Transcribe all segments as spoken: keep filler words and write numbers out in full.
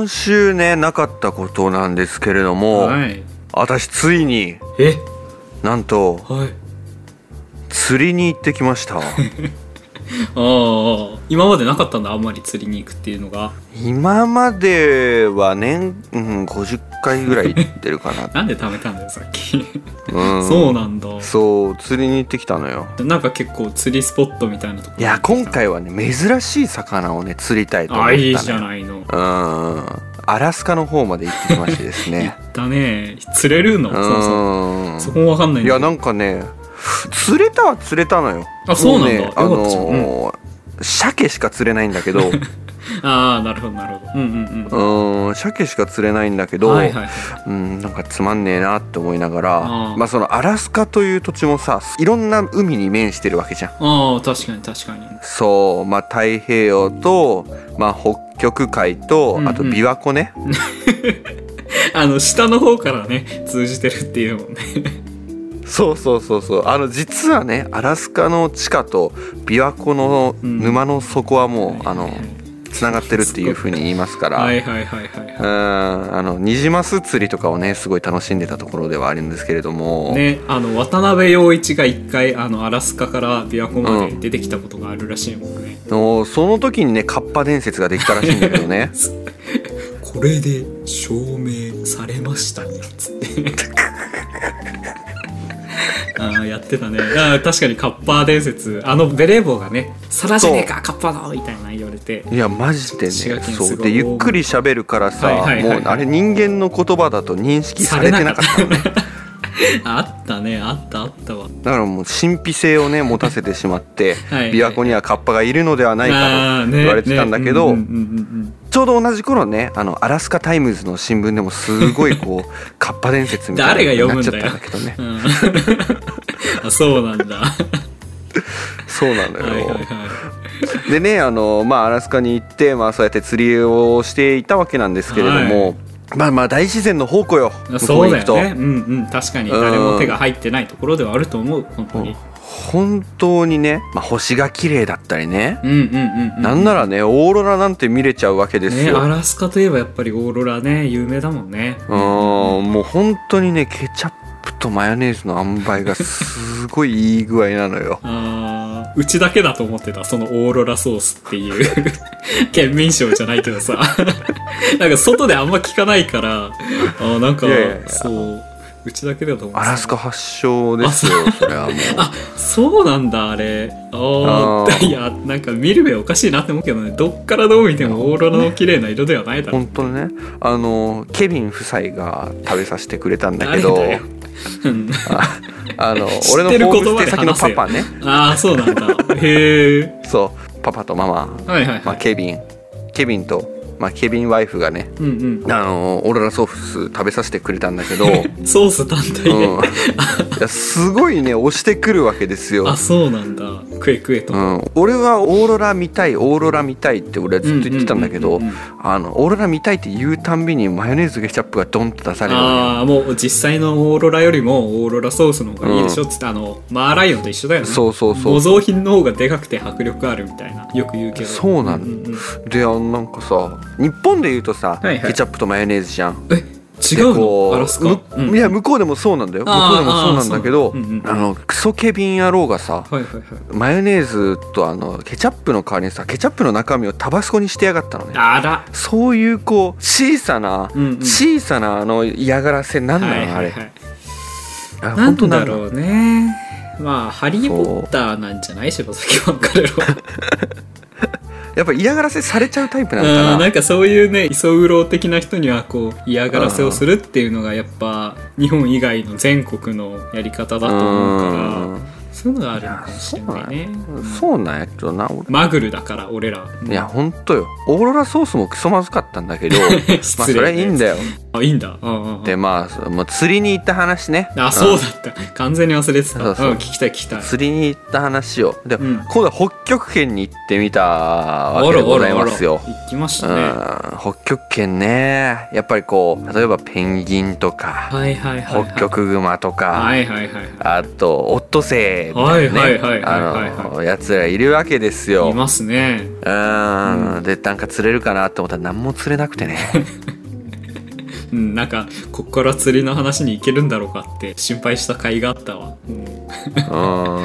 今週ねなかったことなんですけれども、はい、私ついにえなんと、 はい、 釣りに行ってきましたああ、今までなかったんだ、あんまり釣りに行くっていうのが。 今までは年、うん、ごじゅっかいぐらい行ってるかななんで貯めたんだよさっき、うん、そうなんだ。 そう釣りに行ってきたのよ。 なんか結構釣りスポットみたいなところ。 いや今回はね珍しい魚をね釣りたいと思ったね。 あ、いいじゃないの。 うん、アラスカの方まで行ってきましてですね行ったね。釣れるの？そうそう、そこも分かんないんだ。 いやなんかね釣れたは釣れたのよ。 あ、そうなんだ、ね、 あのーうん、鮭しか釣れないんだけどああ、なるほどなるほど。うんうんうん。 うん、鮭しか釣れないんだけど、はいはいはい、うん、なんかつまんねえなって思いながら、あ、まあそのアラスカという土地もさ、いろんな海に面してるわけじゃん。 ああ、確かに確かに。 そう、まあ太平洋と、まあ北極海と、うんうん、あと琵琶湖ね。 あの下の方からね通じてるっていうもんね。 そうそうそうそう、あの実はねアラスカの地下と琵琶湖の沼の底はもう、うん、あのつながってるっていう風に言いますから、 はいはいはいはい、 うん、あのニジマス釣りとかをねすごい楽しんでたところではあるんですけれどもね、あの渡辺陽一が一回あのアラスカから琵琶湖まで出てきたことがあるらしいもんね、 うん、その時にねカッパ伝説ができたらしいんだけどねこれで証明されましたねつってあ、やってたね。あ、確かにカッパー伝説、あのベレー帽がねさらじゃねえかカッパーだみたいな言われて、 いやマジでね、そうでゆっくり喋るからさ、はいはいはいはい、もうあれ人間の言葉だと認識されてなかったのねあったね、あったあったわ。 だからもう神秘性をね持たせてしまってはい、琵琶湖にはカッパがいるのではないかと言われてたんだけど、ちょうど同じ頃ねあのアラスカタイムズの新聞でもすごいこうカッパ伝説みたいなのになっちゃったんだけどね。 うん、あ、そうなんだそうなのよ、はいはいはい、でねあの、まあ、アラスカに行って、まあ、そうやって釣りをしていたわけなんですけれども、はい、まあまあ大自然の宝庫よ。 そうだよね、うんうん、確かに誰も手が入ってないところではあると思う。本当に本当にね、まあ、星が綺麗だったりね、 うんうんうんうん、 なんならねオーロラなんて見れちゃうわけですよ、 ね、アラスカといえばやっぱりオーロラね有名だもんね。 うん、もう本当にねケチャップとマヨネーズの塩梅がすごいいい具合なのよあ、うちだけだと思ってたそのオーロラソースっていう県民賞じゃないけどさなんか外であんま聞かないからあ、なんかいやいやいや、そううちだけだと思う。 アラスカ発祥ですよ。それはもうあ、そうなんだあれ。ああ、いやなんか見る目おかしいなって思うけどね、どっからどう見てもオーロラの綺麗な色ではないだろう。 本当にね、あのケビン夫妻が食べさせてくれたんだけどあ, あの俺のホームステイ先のパパね。 ああ、そうなんだ。へえ。 そうパパとママ、 はいはいはい、 まあ、ケビンケビンとまあ、ケビンワイフがね、うんうん、あのオーロラソース食べさせてくれたんだけどソース単体で、うん、いやすごいね押してくるわけですよ。 あ、そうなんだ。食え食えと、 うん、俺はオーロラ見たいオーロラ見たいって俺はずっと言ってたんだけど、あのオーロラ見たいって言うたんびにマヨネーズケチャップがドンと出されるわけ。 ああ、もう実際のオーロラよりもオーロラソースの方がいいでしょっつって、うん、あのマーライオンと一緒だよね。 そうそうそう、 模造品の方がでかくて迫力あるみたいなよく言うけど。 そうなの、うんうんうん、であのなんかさ日本で言うとさ、はいはい、ケチャップとマヨネーズじゃん。 え違うの？アラスカ、 うん、いや向こうでもそうなんだよ。向こうでもそうなんだけど、あ、うんうん、あのクソケビン野郎がさ、はいはいはい、マヨネーズとあのケチャップの代わりにさケチャップの中身をタバスコにしてやがったのね。 あら、 そういうこう小さな、うんうん、小さなあの嫌がらせなんなの、はいはいはい、あれあなんだろうね。まあハリーポッターなんじゃない柴崎ワンカレロやっぱ嫌がらせされちゃうタイプなのかな。 なんかそういうね磯うろ的な人にはこう嫌がらせをするっていうのがやっぱ日本以外の全国のやり方だと思うからそういうのがあるのかもしれないね。 そうなんやけどな、 マグルだから俺ら。 いやほんとよ、オーロラソースもクソまずかったんだけどまあそれはいいんだよあ、いいんだ。うんうん、 でまあもう釣りに行った話ね。 あ、そうだった、うん、完全に忘れてた。そうそう、うん、聞きたい聞きたい。 釣りに行った話をで、うん、今度は北極圏に行ってみたわけでございますよ。 あらあらあら、行きましたね、 うん、北極圏ね、やっぱりこう例えばペンギンとか、 はいはいはいはい、 北極熊とか、 はいはいはい、 あとオットセイみたいなね、あのやつらいるわけですよ。 いますね。 うん、うん、でなんか釣れるかなと思ったら何も釣れなくてねうん、なんかこっから釣りの話に行けるんだろうかって心配した甲斐があったわ、うん、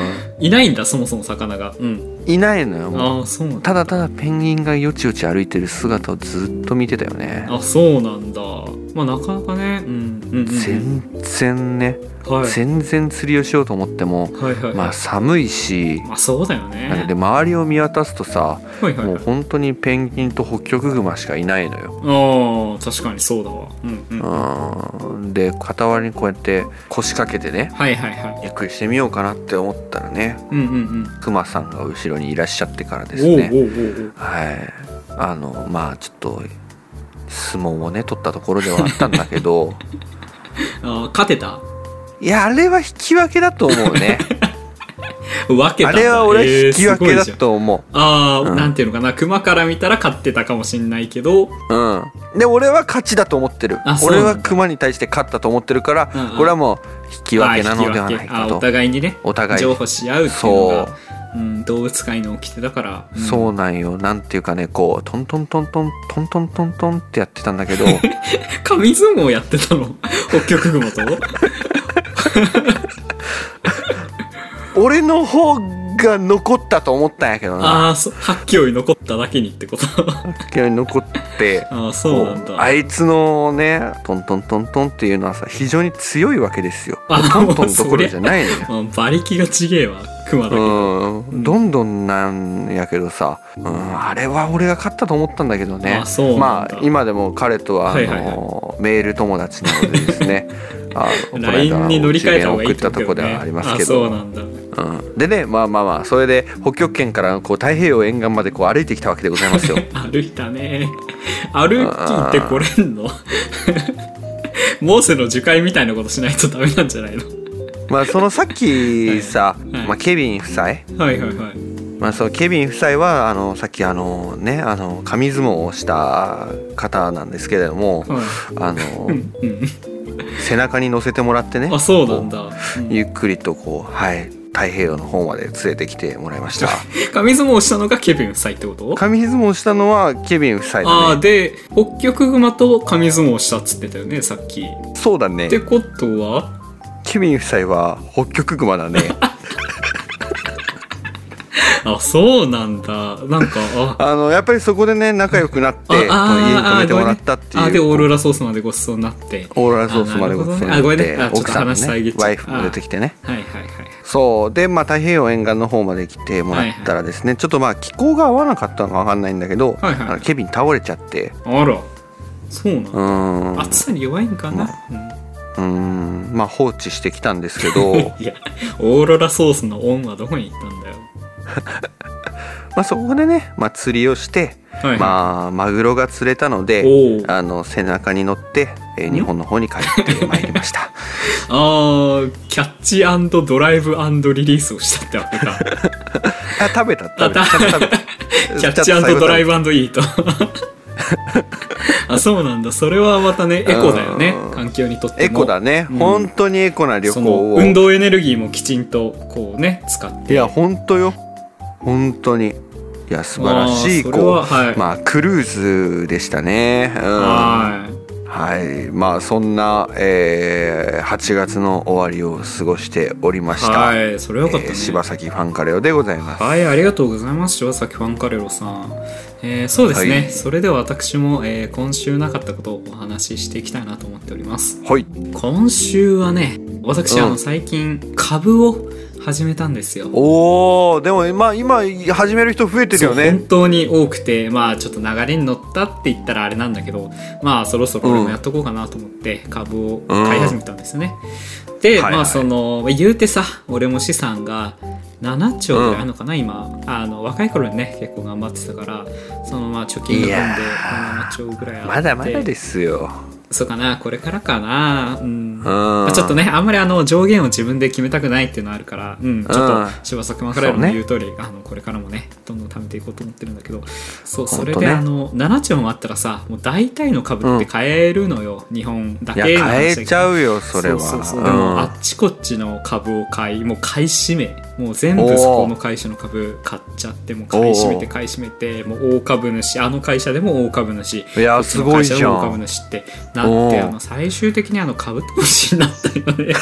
いないんだそもそも魚が、うん、いないのよ。もう、 あ、そうなんだ。 ただただペンギンがよちよち歩いてる姿をずっと見てたよね。 あ、そうなんだ。まあなかなかね、うんうんうん、 全然ね、はい、全然釣りをしようと思っても、はいはいはい、まあ寒いし、 まあ、そうだよね。 で周りを見渡すとさ、はいはいはい、もう本当にペンギンと北極熊しかいないのよ。ああ、確かにそうだわ、うんうん、で傍らにこうやって腰掛けてね、 はいはいはい、 ゆっくりしてみようかなって思ったらね、 うんうんうん、 熊さんが後ろにいらっしゃってからですね、おうおうおう、はい、あのまあちょっと相撲をね取ったところではあったんだけどあ、勝てた？ いや、あれは引き分けだと思うね分けたんだ。 あれは俺は引き分けだと思う、 えー、ああ、うん、なんていうのかな、熊から見たら勝ってたかもしんないけど、 うん、で俺は勝ちだと思ってる。俺は熊に対して勝ったと思ってるから、うんうん、これはもう引き分けなのではないかと。 あ、お互いにね、 お互い譲歩し合うっていうのが、うん、動物界の掟だから、 うん、そうなんよ。なんていうかね、こうトントントントントントントントンってやってたんだけど紙相撲やってたの北極熊と俺の方が残ったと思ったんやけどな。 ああ、そう、はっきより残っただけにってことはっきより残ってああ、そうなんだ。 あいつのねトントントントンっていうのはさ、非常に強いわけですよ。トントンどころじゃないのよ。 馬力がちげえわ、熊だけど、 うん、どんどんなんやけどさ、うん、あれは俺が勝ったと思ったんだけどね。 あ、そうなんだ。 まあ今でも彼とはあの、はいはいはい、メール友達なのでですねあのライン に乗り換えた方がいいってことだよね。送ったとこではありますけど。あ、そうなんだ。 うん、でね、まあまあまあ、それで北極圏からこう太平洋沿岸までこう歩いてきたわけでございますよ歩いたね。歩いてこれんのモーセの樹海みたいなことしないとダメなんじゃないのまあそのさっきさ、はいはい、まあ、ケビン夫妻、はいはいはい、まあ、そのケビン夫妻はあのさっきあのね、あの紙相撲をした方なんですけれども、はい、あの背中に乗せてもらってね、 あ、そうなんだ、 うん、ゆっくりとこう、はい、太平洋の方まで連れてきてもらいました紙相撲をしたのがケビン夫妻ってこと？ 紙相撲をしたのはケビン夫妻だね。 ああ、で北極熊と紙相撲をしたっつってたよね、さっき。 そうだね。 ってことはケビン夫妻は北極熊だねあ、そうなんだ。なんか あ, あのやっぱりそこでね仲良くなって家に泊めてもらったっていう。 あでオーロラソースまでごちそうになって。 オーロラソースまでごちそうになって、 あ、ごめんね、 奥さんのねワイフも出てきてね。 はいはいはい。 そうで、まあ、太平洋沿岸の方まで来てもらったらですね、はいはい、ちょっとまあ気候が合わなかったのか分かんないんだけど、はいはい、あのケビン倒れちゃって。 あら、そうなんだ。うん、暑さに弱いんかな、 うん、うん、まあ放置してきたんですけどいや、オーロラソースのオンはどこに行ったんだよまあそこでね、まあ、釣りをして、はいはい、まあ、マグロが釣れたので、あの背中に乗って、えー、日本の方に帰ってまいりましたあー、キャッチ&ドライブ&リリースをしたってわけかあ、食べた食べた食べたキャッチ&ドライブ&イートあ、そうなんだ。それはまたね、エコだよね、環境にとっても。 エコだね、うん、本当にエコな旅行を。 運動エネルギーもきちんとこうね使って。 いや本当よ、本当に。いや素晴らしい、こう、はい、まあクルーズでしたね、うん、はいはい、まあそんな、えー、はちがつの終わりを過ごしておりました。 はい、それはよかったね、えー、 柴崎ファンカレロでございます。 はい、ありがとうございます、柴崎ファンカレロさん。えー、そうですね、はい、それでは私も、えー、今週なかったことをお話ししていきたいなと思っております。 はい、 今週はね、私、うん、あの最近株を始めたんですよ。 おー、でも、まあ、今始める人増えてるよね。 本当に多くて、まあちょっと流れに乗ったって言ったらあれなんだけど、まあそろそろ俺もやっとこうかなと思って株を買い始めたんですよね、うん、で、はいはい、まあその言うてさ、俺も資産がななちょうぐらいあるのかな、うん、今あの若い頃にね結構頑張ってたから、そのまあ貯金が込んでななちょうぐらいあって、 まだまだですよ。 そうかな、これからかな、うんまあ、ちょっとねあんまりあの上限を自分で決めたくないっていうのはあるから、うん、ちょっと柴崎マカレルの言う通り、ね、あのこれからもねどんどん貯めていこうと思ってるんだけど、そうそれで、ね、あのななちょうもあったらさ、もう大体の株って買えるのよ、うん、日本だけの話だけど。 いや買えちゃうよそれは。 そうそうそう、うん、でもあっちこっちの株を買い、もう買い占め、もう全部そこの会社の株買っちゃって、もう買い占めて買い占めて、もう大株主、あの会社でも大株主、 いやすごいじゃん、 大株主ってなって、あの最終的にあの株投資になったよね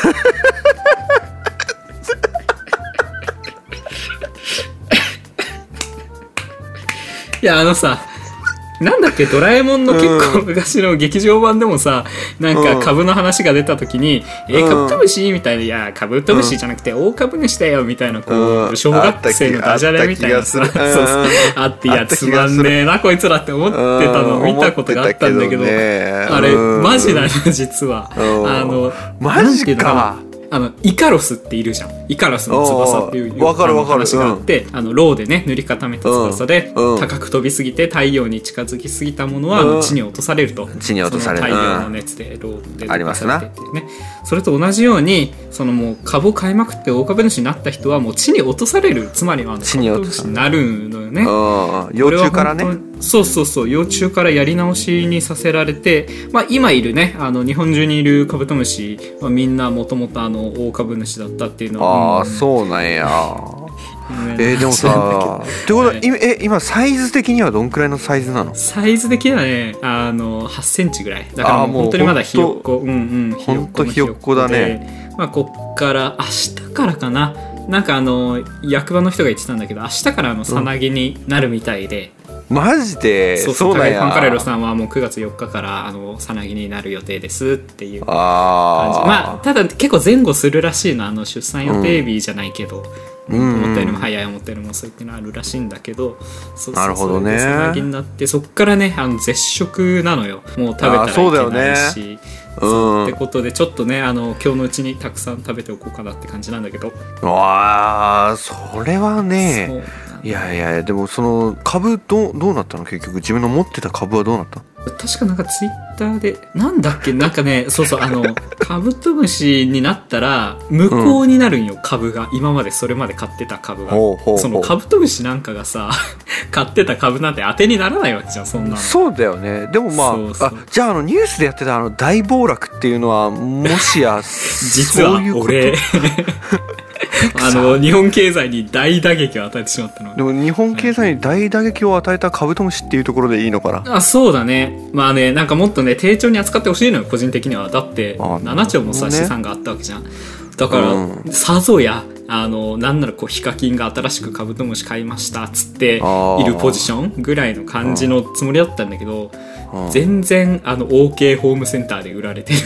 いやあのさ、なんだっけ、ドラえもんの結構昔の劇場版でもさ、なんか株の話が出た時に、うん、えカブトムシみたいな、いやカブトムシじゃなくて大株主だよみたいな、こう、うん、小学生のダジャレみたいなさ、そうそうあって、いやつまんねえなこいつらって思ってたのを見たことがあったんだけど、うんね、あれマジだよ実は、あのマジか、 あのイカロスっているじゃん、イカロスの翼っていう話があって、うん、あのローでね塗り固めた翼で、うん、高く飛びすぎて太陽に近づきすぎたものは、うん、地に落とされると、 地に落とされる、 太陽の熱でローで溶かされてっていうね、それと同じように、そのもう株を買いまくって大株主になった人はもう地に落とされる、つまりは地に落とされるになるのよね。 幼虫からね、 そうそうそう、幼虫からやり直しにさせられて、まあ、今いるね、あの日本中にいるカブトムシはみんなもともと大株主だったっていうのは、ああ、うん、そうなんやえー、でもさってことは、はい、え今サイズ的にはどんくらいのサイズなの？ サイズ的にはね、あのはちセンチぐらいだから、もう本当にまだひよっこ、うんうん、 本当ひよっこだね。 まあ、こっから明日からかな、なんかあの役場の人が言ってたんだけど、明日からあのさなぎになるみたいで、 うん、マジでそうそう、タゲファンカレロさんはもうくがつよっかからあのさなぎになる予定ですっていう感じ。あ、まあ、ただ結構前後するらしいの、あの出産予定日じゃないけど、うん、思ったよりも早い、思ったよりも遅いっていうのはあるらしいんだけど、そうそうそう、なるほどね、さなぎになって、そっからねあの絶食なのよ、もう食べたらいけないし、そうってことでちょっとね、あの今日のうちにたくさん食べておこうかなって感じなんだけど。 わあ、それはね、いやいや、でもその株どうどうなったの？結局自分の持ってた株はどうなったの？ 確かなんかツイッターでなんだっけ、なんかねそうそう、あのカブトムシになったら無効になるんよ、うん、株が、今までそれまで買ってた株が、ほうほうほう、そのカブトムシなんかがさ買ってた株なんて当てにならないわけじゃん、そんなの。そうだよね。でもまあ、そうそう、あ、じゃああのニュースでやってたあの大暴落っていうのはもしや実は俺あの日本経済に大打撃を与えてしまったの。 でも日本経済に大打撃を与えたカブトムシっていうところでいいのかな。 あ、そうだね。まあね、なんかもっとね丁重に扱ってほしいのよ、個人的には。だってななちょうもさ、ね、資産があったわけじゃん。だから、うん、さぞやあのなんならこうヒカキンが新しくカブトムシ買いましたっつっているポジションぐらいの感じのつもりだったんだけど、全然あの OK ホームセンターで売られてる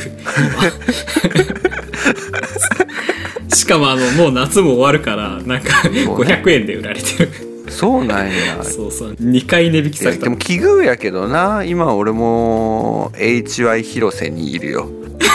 しかもあのもう夏も終わるからなんかごひゃくえんで売られてる。 そうなんや。 そうそう、にかい値引きされた。 でも奇遇やけどな、今俺も エイチワイ 広瀬にいるよ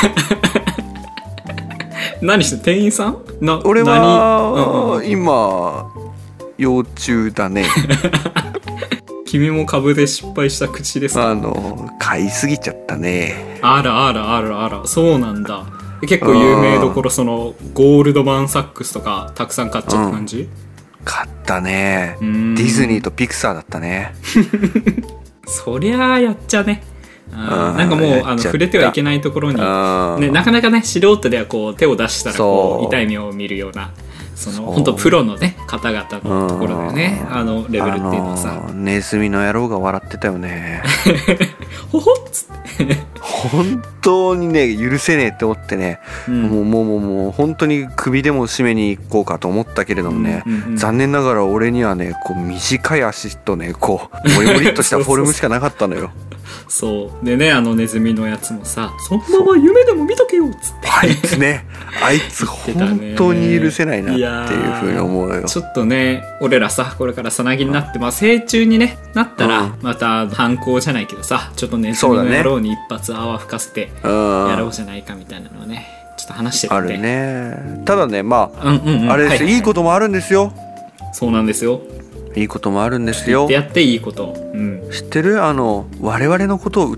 何して店員さんな？ 俺は、うん、今幼虫だね君も株で失敗した口ですか？ あの買いすぎちゃったね。 あらあらあらあら、そうなんだ。結構有名どころ、そのゴールドマンサックスとかたくさん買っちゃった感じ？うん、 買ったね。ディズニーとピクサーだったねそりゃあやっちゃね。あ、なんかもうあの触れてはいけないところに、ね、なかなかね素人ではこう手を出したらこう痛い目を見るような、その本当プロのね方々のところだよね、あのレベルっていうのはさ。 ネズミの野郎が笑ってたよねほほっつって本当にね許せねえって思ってね、うん、もうもうもうもう本当に首でも締めに行こうかと思ったけれどもね、うんうんうん、残念ながら俺にはねこう短い足とねこうモリモリっとしたフォルムしかなかったのよそうでね、あのネズミのやつもさ、そのまま夢でも見とけよっつってあいつねあいつ本当に許せないなっていうふうに思うよ。 ちょっとね俺らさこれからさなぎになって、まあ成虫に、ね、なったら、うん、また反抗じゃないけどさ、ちょっとネズミの野郎に一発泡吹かせてやろうじゃないかみたいなのをねちょっと話してるんで。 あるね。ただねまあ、うんうんうん、あれですよ、はいはいはい、いいこともあるんですよ。 そうなんですよ、いいいこともあるんですよ。 やっていいこと、うん、 知ってる？あの我々のことを歌って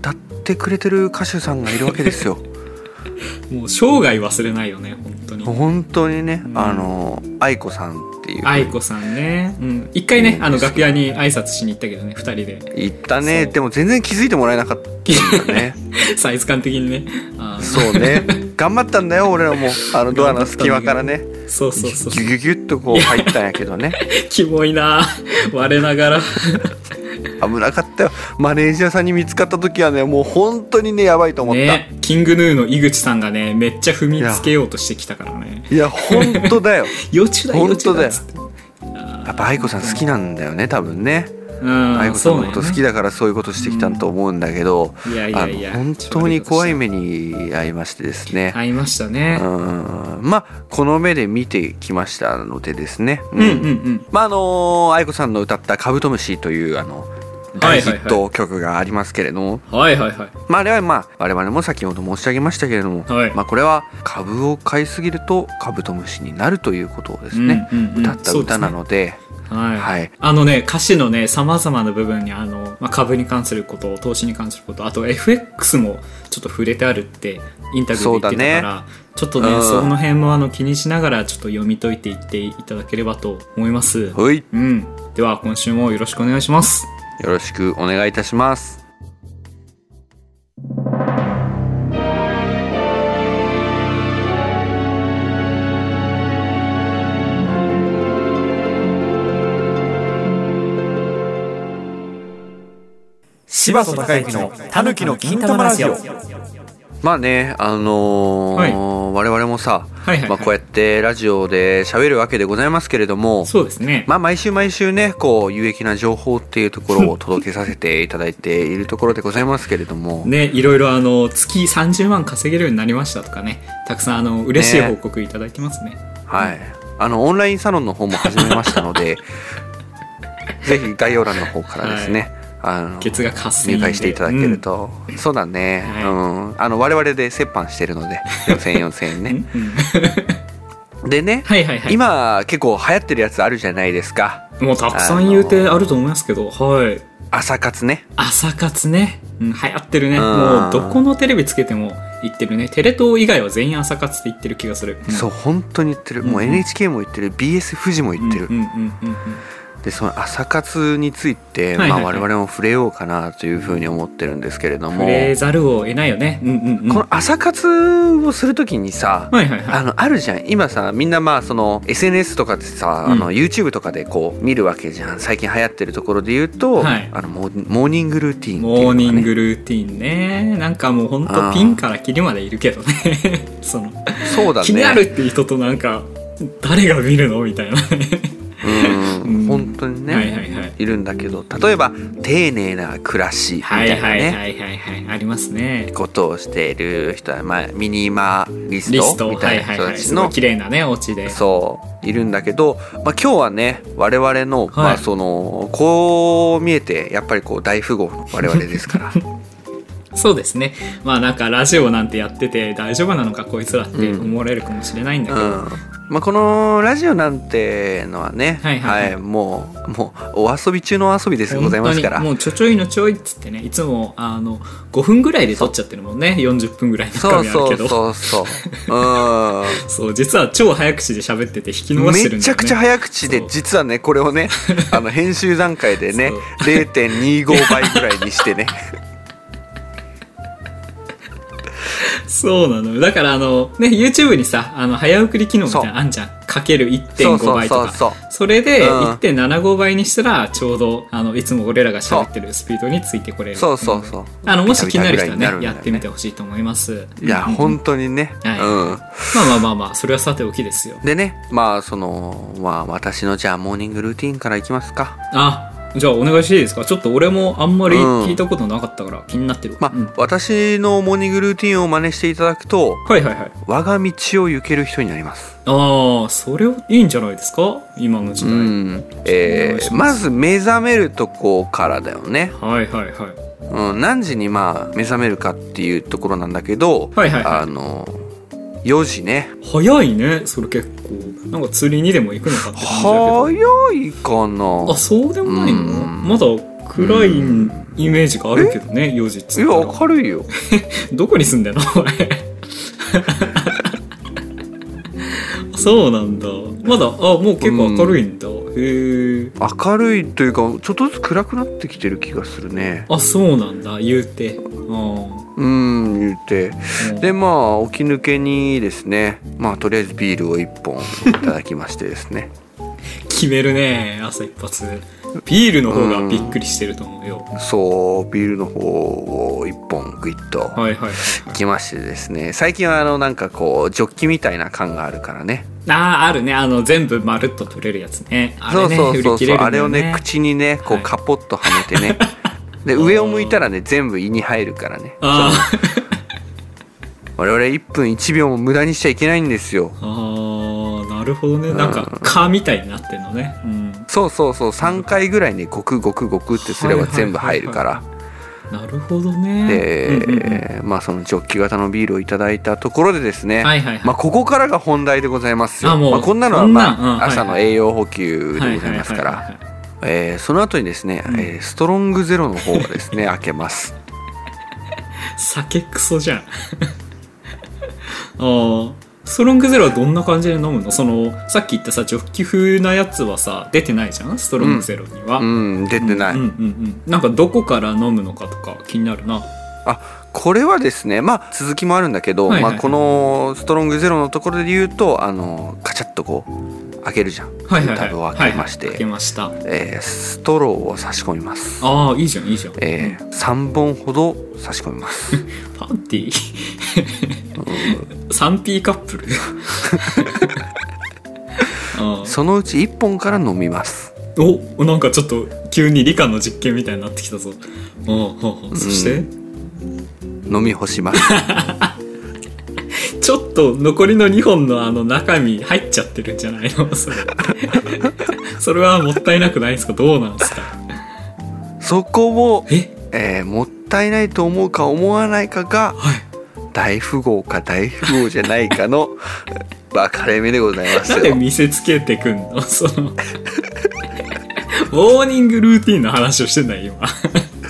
ってくれてる歌手さんがいるわけですよ。 もう生涯忘れないよね本当に。 本当にね、うん、あの愛子さんっていう愛子さんね、うん、一回ねあの楽屋に挨拶しに行ったけどねふたりで行ったね。でも全然気づいてもらえなかったんだねサイズ感的にね。あそうね頑張ったんだよ俺らもあのドアの隙間からねそうそうそうギュギュギュッとこう入ったんやけどねキモいな我ながら危なかったよ。マネージャーさんに見つかった時はねもう本当にねやばいと思った、ね、 キングヌーの井口さんがねめっちゃ踏みつけようとしてきたからね。 いや本当だよ幼稚だ幼稚だっつってやっぱ愛子さん好きなんだよね多分ね。愛子さんのこと好きだからそういうことしてきたと思うんだけど、 うん、いやいやいや本当に怖い目に遭いましてですね。 遭いましたね。 うんまあこの目で見てきましたのでですね、 うんうんうんうん、 まああの愛子さんの歌ったカブトムシというあの大ヒット曲がありますけれども、 はいはいはい、 まああれはまあ我々も先ほど申し上げましたけれども、はい、まあこれは株を買いすぎるとカブトムシになるということをですね、うんうんうん、歌った歌なので、 はいはい、あのね歌詞のねさまざまな部分にあの、まあ、株に関すること投資に関することあと エフエックス もちょっと触れてあるってインタビューで言ってたから、ね、ちょっとね、うん、その辺もあの気にしながらちょっと読み解いていっていただければと思います。 はい、 うん、では今週もよろしくお願いします。 よろしくお願いいたします。 柴田孝之のたぬきの金玉ラジオ。 まあねあのーはい、我々もさ、はいはいはい、まあ、こうやってラジオで喋るわけでございますけれども、 そうですね、 まあ、毎週毎週ねこう有益な情報っていうところを届けさせていただいているところでございますけれどもね、いろいろあの月さんじゅうまん稼げるようになりましたとかねたくさんあの嬉しい報告いただいてますね。 はい、あのオンラインサロンの方も始めましたのでぜひ概要欄の方からですね、はい、あの月が入会していただけると、うん、そうだね、はい、うん、あの我々で折半してるのでよんせんえんよんせんえんねでね、はいはいはい、今結構流行ってるやつあるじゃないですか。 もうたくさん言うてあると思いますけど、はい、 朝活ね朝活ね、うん、流行ってるね、うん、もうどこのテレビつけても言ってるね。テレ東以外は全員朝活って言ってる気がする、 うん、そう本当に言ってる、もう エヌエイチケー も言ってる、 ビーエス 富士も言ってる、 うんうんうんうんうん、 でその朝活について、はいはいはい、まあ、我々も触れようかなというふうに思ってるんですけれども、 触れざるを得ないよね、うんうんうん、 この朝活をするときにさ、はいはいはい、あのあるじゃん今さみんなまあその エスエヌエス とかでさ、うん、あの YouTube とかでこう見るわけじゃん。最近流行ってるところで言うと、はい、あのモーニングルーティーンっていうのがね、 モーニングルーティーンね、なんかもうほんとピンからキリまでいるけどねそのそうだね、 気になるっていう人となんか誰が見るのみたいなうん、本当にね、はいはいはい、いるんだけど、例えば丁寧な暮らしみたいなね、はいはいはいはい、はい、ありますね、ことをしている人は、まあ、ミニマリストみたいな人たちの、はいはいはい、 綺麗なねお家でそういるんだけど、まあ、今日はね我々の、はい、まあ、そのこう見えてやっぱりこう大富豪の我々ですからそうですね、まあなんかラジオなんてやってて大丈夫なのかこいつらって思われるかもしれないんだけど、うんうん、 まあ、このラジオなんてのはね、はいはいはいはい、もうもうお遊び中の遊びですございますから、 もうちょちょいのちょいっつってね、いつもあのごふんぐらいで撮っちゃってるもんね。よんじゅっぷんぐらいの中身あるけど、 そうそうそうそう、うんそう実は超早口で喋ってて引き伸ばしてるんだよね。 めちゃくちゃ早口で、実はねこれをねあの編集段階でね れいてんにご 倍ぐらいにしてねそうなの。だからあのね YouTube にさ、あの早送り機能みたいなのあんじゃん。かける いってんご 倍とか。そうそうそうそう、それで いってんななご 倍にしたらちょうどあのいつも俺らが喋ってるスピードについてこれる。 そうそうそう。 あのもし気になる人はね、ねやってみてほしいと思います。 いや、うん、本当にね。はい、うん。 まあまあまあまあ、それはさておきですよ。 でね、まあそのまあ私のじゃあモーニングルーティーンからいきますか。 あ。じゃあお願いしていいですか。ちょっと俺もあんまり聞いたことなかったから気になってる、 うん、まあ、 うん、 私のモーニングルーティンを真似していただくと、 はいはいはい、 我が道を行ける人になります。 ああ、それはいいんじゃないですか今の時代、うん、 えー、まず目覚めるとこからだよね。 はいはいはい、 うん、何時にまあ目覚めるかっていうところなんだけど、 はいはいはい、 あのよじね。 早いねそれ結構。なんか釣りにでも行くのかって感じだけど。 早いかな。 あ、そうでもないの、うん、まだく暗いイメージがあるけどね、よじっつったら。 いや明るいよどこに住んでんのお前そうなんだ。まだあもう結構明るいんだ、うん、へえ。 明るいというかちょっとずつ暗くなってきてる気がするね。 あそうなんだ言うて。あうん言うて、うん、でまあ起き抜けにですね、まあとりあえずビールをいっぽんいただきましてですね決めるね朝一発。ビールの方がびっくりしてると思うよ、 うん、そうビールの方をいっぽんグイッといきましてですね、最近はあのなんかこうジョッキみたいな感があるからね。 あああるね、あの全部まるっと取れるやつね。あれねそうそうそうそう、 ね、 あれをね口にねこうカポッとはめてね、はい、で上を向いたらね全部胃に入るからね。あ我々いっぷんいちびょうも無駄にしちゃいけないんですよ。 ああなるほどね、なんか蚊みたいになってんのね、うん、 そうそうそうさんかいぐらいねゴクゴクゴクってすれば全部入るから、はいはいはいはい、なるほどね。 で、うんうんうん、まあそのジョッキ型のビールをいただいたところでですね、はいはいはい、まあここからが本題でございますよ。あもう、まあ、こんなのはまあ朝の栄養補給でございますから、その後にですね、うんえー、ストロングゼロの方をですね開けます。 酒クソじゃんあストロングゼロはどんな感じで飲むの？そのさっき言ったさジョッキ風なやつはさ出てないじゃんストロングゼロには、 うんうん、出てない、 うんうんうん、なんかどこから飲むのかとか気になるな。 あこれはですねまあ続きもあるんだけど、はいはいまあ、このストロングゼロのところで言うとあのカチャッとこう開けるじゃん、はいはいはい、タブを開けまして、はいはい、 開けました、 えー、ストローを差し込みます。 ああいいじゃんいいじゃん、 えー、さんぼんほど差し込みますパンティー スリーピー カップルあそのうちいっぽんから飲みます。 おなんかちょっと急に理科の実験みたいになってきたぞ。あそして、 うん、飲み干しますちょっと残りのにほんのあの中身入っちゃってるんじゃないのそれそれはもったいなくないですか？どうなんですか？ そこをえ、えー、もったいないと思うか思わないかが、はい、大富豪か大富豪じゃないかの分かれ目でございますよ。 なんで見せつけてくんのそのモーニングルーティンの話をしてんだよ今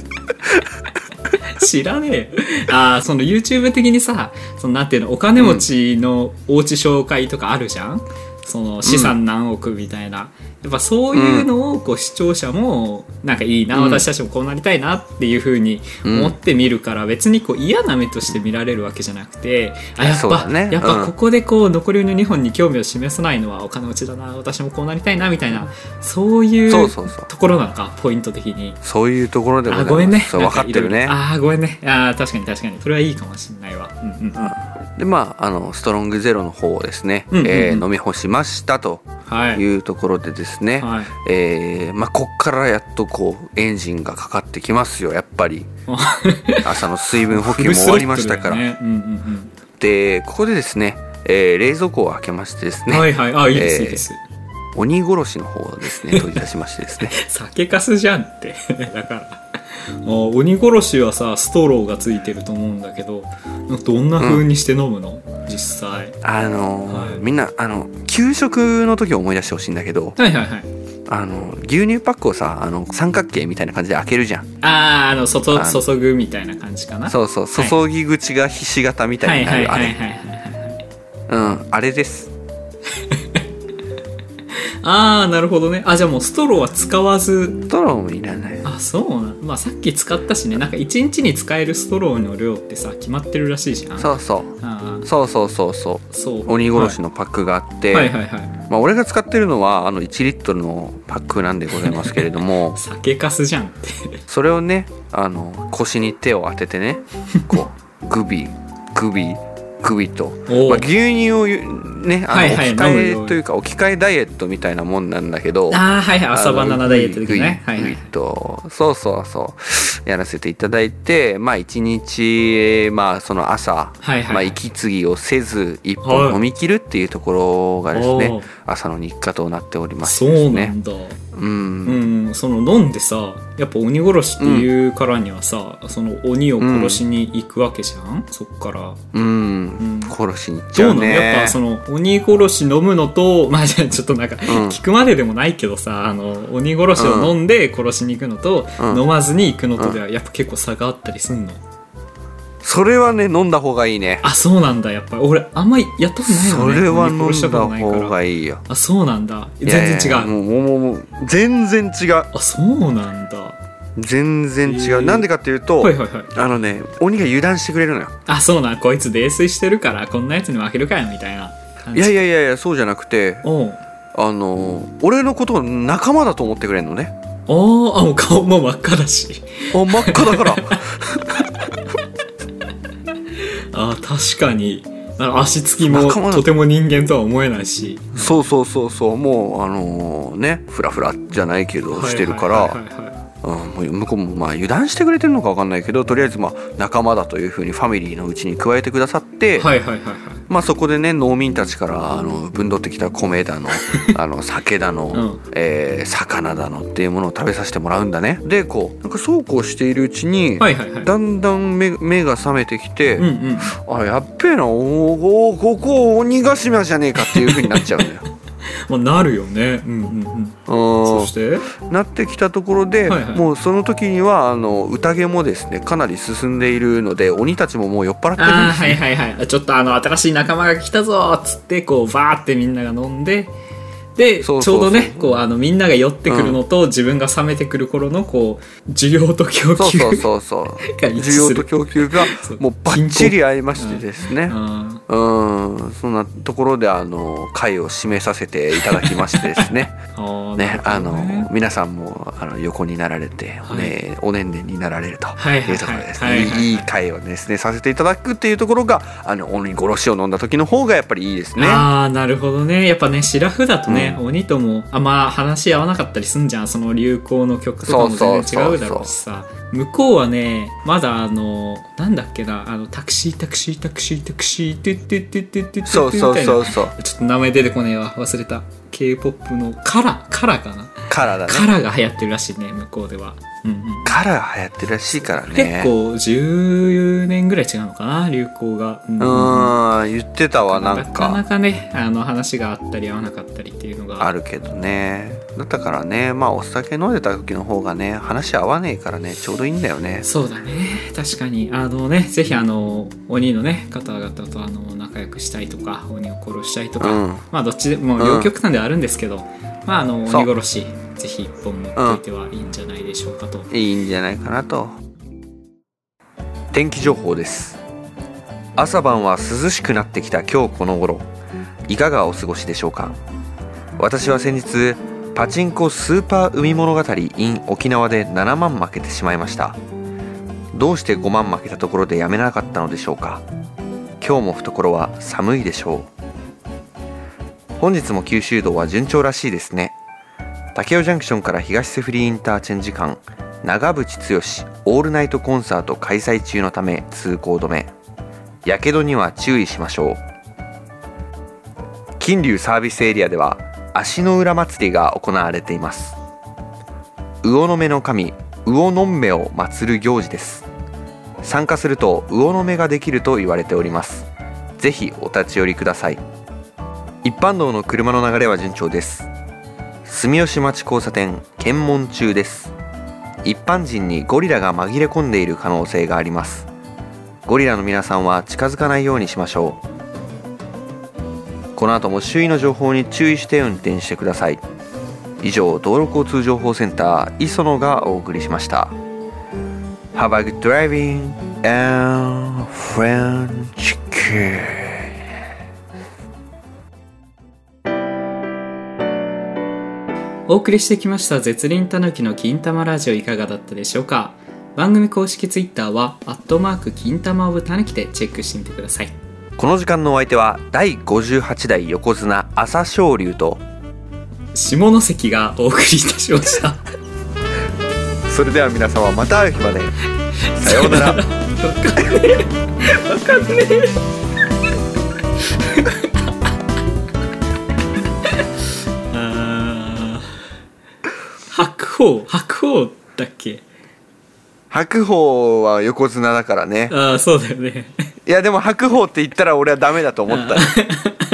知らねえよ。あその YouTube 的にさそのなんていうのお金持ちのお家紹介とかあるじゃん、うん、その資産何億みたいな、やっぱそういうのをこう視聴者もなんかいいな、うん、私たちもこうなりたいなっていう風に思って見るから、別にこう嫌な目として見られるわけじゃなくて、あやっぱ、ね、やっぱここでこう残りのにほんに興味を示さないのはお金持ちだな、私もこうなりたいなみたいな、そういうところなのかポイント的に。 そういうところでございます。 あごめんね、 分かってるね。 あごめんね、あ確かに確かにそれはいいかもしれないわ、うんうんうん、 でまああのストロングゼロの方をですね、うんうんうんえー、飲み干しましたというところでですね、はいえーまあ、こっからやっとこうエンジンがかかってきますよやっぱり朝の水分補給も終わりましたから、ねうんうんうん、でここでですね、えー、冷蔵庫を開けましてですね、 はいはいあいいです、えー、いいです鬼殺しの方をですね取り出しましてですね酒かすじゃんってだから鬼殺しはさストローがついてると思うんだけどどんな風にして飲むの、うん、実際あのーはい、みんなあの給食の時を思い出してほしいんだけど、 はいはいはい、 あの牛乳パックをさあの三角形みたいな感じで開けるじゃん。 あああの外注ぐみたいな感じかな。 そうそう注ぎ口がひし形みたいになるあれうんあれですああなるほどね。あじゃあもうストローは使わず。 ストローもいらない。 あそうなの。まあさっき使ったしね、なんかいちにちに使えるストローの量ってさ決まってるらしいじゃん。 そうそうあそうそうそうそうそう鬼殺しのパックがあって、 はい、はいはいはいまあ俺が使ってるのはあのいちリットルのパックなんでございますけれども酒かすじゃんってそれをねあの腰に手を当ててねこうグビグビ首と、まあ、牛乳をねあの、はいはい、置き換えというか置き換えダイエットみたいなもんなんだけどあはいはい朝バナナダイエット的ねグイグイとそうそうそうやらせていただいてまあ一日まあその朝、はいはいまあ、息継ぎをせず一本飲み切るっていうところがですね朝の日課となっておりますね。 そうなんだうん、うん、その飲んでさやっぱ鬼殺しっていうからにはさ、うん、その鬼を殺しに行くわけじゃん、うん、そっからうん、うん、 殺しに行っちゃうね。 どうなのやっぱその鬼殺し飲むのとまあちょっとなんか聞くまででもないけどさ、うん、あの鬼殺しを飲んで殺しに行くのと、うん、飲まずに行くのとではやっぱ結構差があったりすんの？ それはね飲んだ方がいいね。 あ、そうなんだ。やっぱり俺あんまりやったことないのね。 それは飲んだ方がいいよ。 あ、そうなんだ。全然違う。いやいやもうもうもう全然違う。 あ、そうなんだ。 全然違う。なんでかっていうと、はいはいはい、あのね鬼が油断してくれるのよ。 あ、そうなん。こいつ泥酔してるからこんなやつに負けるかよみたいな感じ。 いやいやいやいやそうじゃなくて、あの俺のことを仲間だと思ってくれるのね。 ああ、もう顔も真っ赤だし。 あ、真っ赤だからあ、確かに足つきもとても人間とは思えないし。 そうそうそうそう、もうあのー、ねフラフラじゃないけどしてるから向こうもまあ油断してくれてるのか分かんないけど、とりあえずまあ仲間だというふうにファミリーのうちに加えてくださって、はいはいはいはい、まあそこでね農民たちからあの分取ってきた米だのあの酒だの、うんえー、魚だのっていうものを食べさせてもらうんだね。でこうなんかそうこうしているうちに、はいはいはい、だんだん 目, 目が覚めてきて、うんうん、あやっべえなおおここ鬼ヶ島じゃねえかっていうふうになっちゃうんだよ。 まあなるよね。うんうんうん。そしてなってきたところで、はいはい、もうその時にはあの宴もですねかなり進んでいるので鬼たちももう酔っ払ってるんです、ね。あはいはいはい。ちょっとあの新しい仲間が来たぞっつってこうバーってみんなが飲んで。でそうそうそうちょうどねこうあのみんなが寄ってくるのと、うん、自分が冷めてくる頃のこう需要と供給そうそうそうそう需要と供給がもうバッチリ合いましてですね、うん、うんそんなところであの会を締めさせていただきましてですねあねあの皆さんもあの横になられて、はいね、おねんねんになられるというところですね、いい会をですねさせていただくっていうところがあの鬼殺しを飲んだ時の方がやっぱりいいですね。 ああなるほどね。やっぱねシラフだとね、うん鬼ともあんま話合わなかったりすんじゃん。その流行の曲とかも全然違うだろうしさ。向こうはねまだあのなんだっけなあのタクシータクシータクシータクシーってってってってってってそうそうそうそうちょっと名前出てこねえわ忘れた。 K-ポップ のカラカラかなカラだね。 カラが流行ってるらしいね向こうでは、うんうん、 カラが流行ってるらしいからね。 結構じゅうねんぐらい違うのかな流行が。 うん、うん言ってたわ。なんかなかなかねあの話があったり合わなかったりっていうのがあるけどね。だったからねまあお酒飲んでた時の方がね話合わねえからねちょうどいいんだよね。 そうだね確かにあのねぜひあの鬼のね方々とあの仲良くしたいとか鬼を殺したいとか、うん、まあどっちでも両極端ではあるんですけど、うん、まああの鬼殺しぜひ一本持っておいてはいいんじゃないでしょうかと、 うん、いいんじゃないかなと。天気情報です。朝晩は涼しくなってきた今日この頃いかがお過ごしでしょうか。私は先日パチンコスーパー海物語 in 沖縄でななまん負けてしまいました。どうしてごまん負けたところでやめなかったのでしょうか。今日も懐は寒いでしょう。本日も九州道は順調らしいですね。武雄ジャンクションから東セフリーインターチェンジ間長渕剛オールナイトコンサート開催中のため通行止め。やけどには注意しましょう。金龍サービスエリアでは足の裏祭りが行われています。魚の目の神魚の目を祀る行事です。参加すると魚の目ができると言われております。ぜひお立ち寄りください。一般道の車の流れは順調です。住吉町交差点検問中です。一般人にゴリラが紛れ込んでいる可能性があります。ゴリラの皆さんは近づかないようにしましょう。この後も周囲の情報に注意して運転してください。以上道路交通情報センター磯野がお送りしました。 Have a good driving and French kiss。 お送りしてきました絶倫たぬきの金玉ラジオいかがだったでしょうか。番組公式ツイッターはアットマーク金玉オブたぬきでチェックしてみてください。 この時間のお相手はだいごじゅうはちだい横綱朝青龍と下関がお送りいたしましたそれでは皆様また会う日までさようなら。わかんねえわかんねえあ白鵬白鵬だっけ。 白鵬は横綱だからね。 ああそうだよね。 いやでも白鵬って言ったら俺はダメだと思った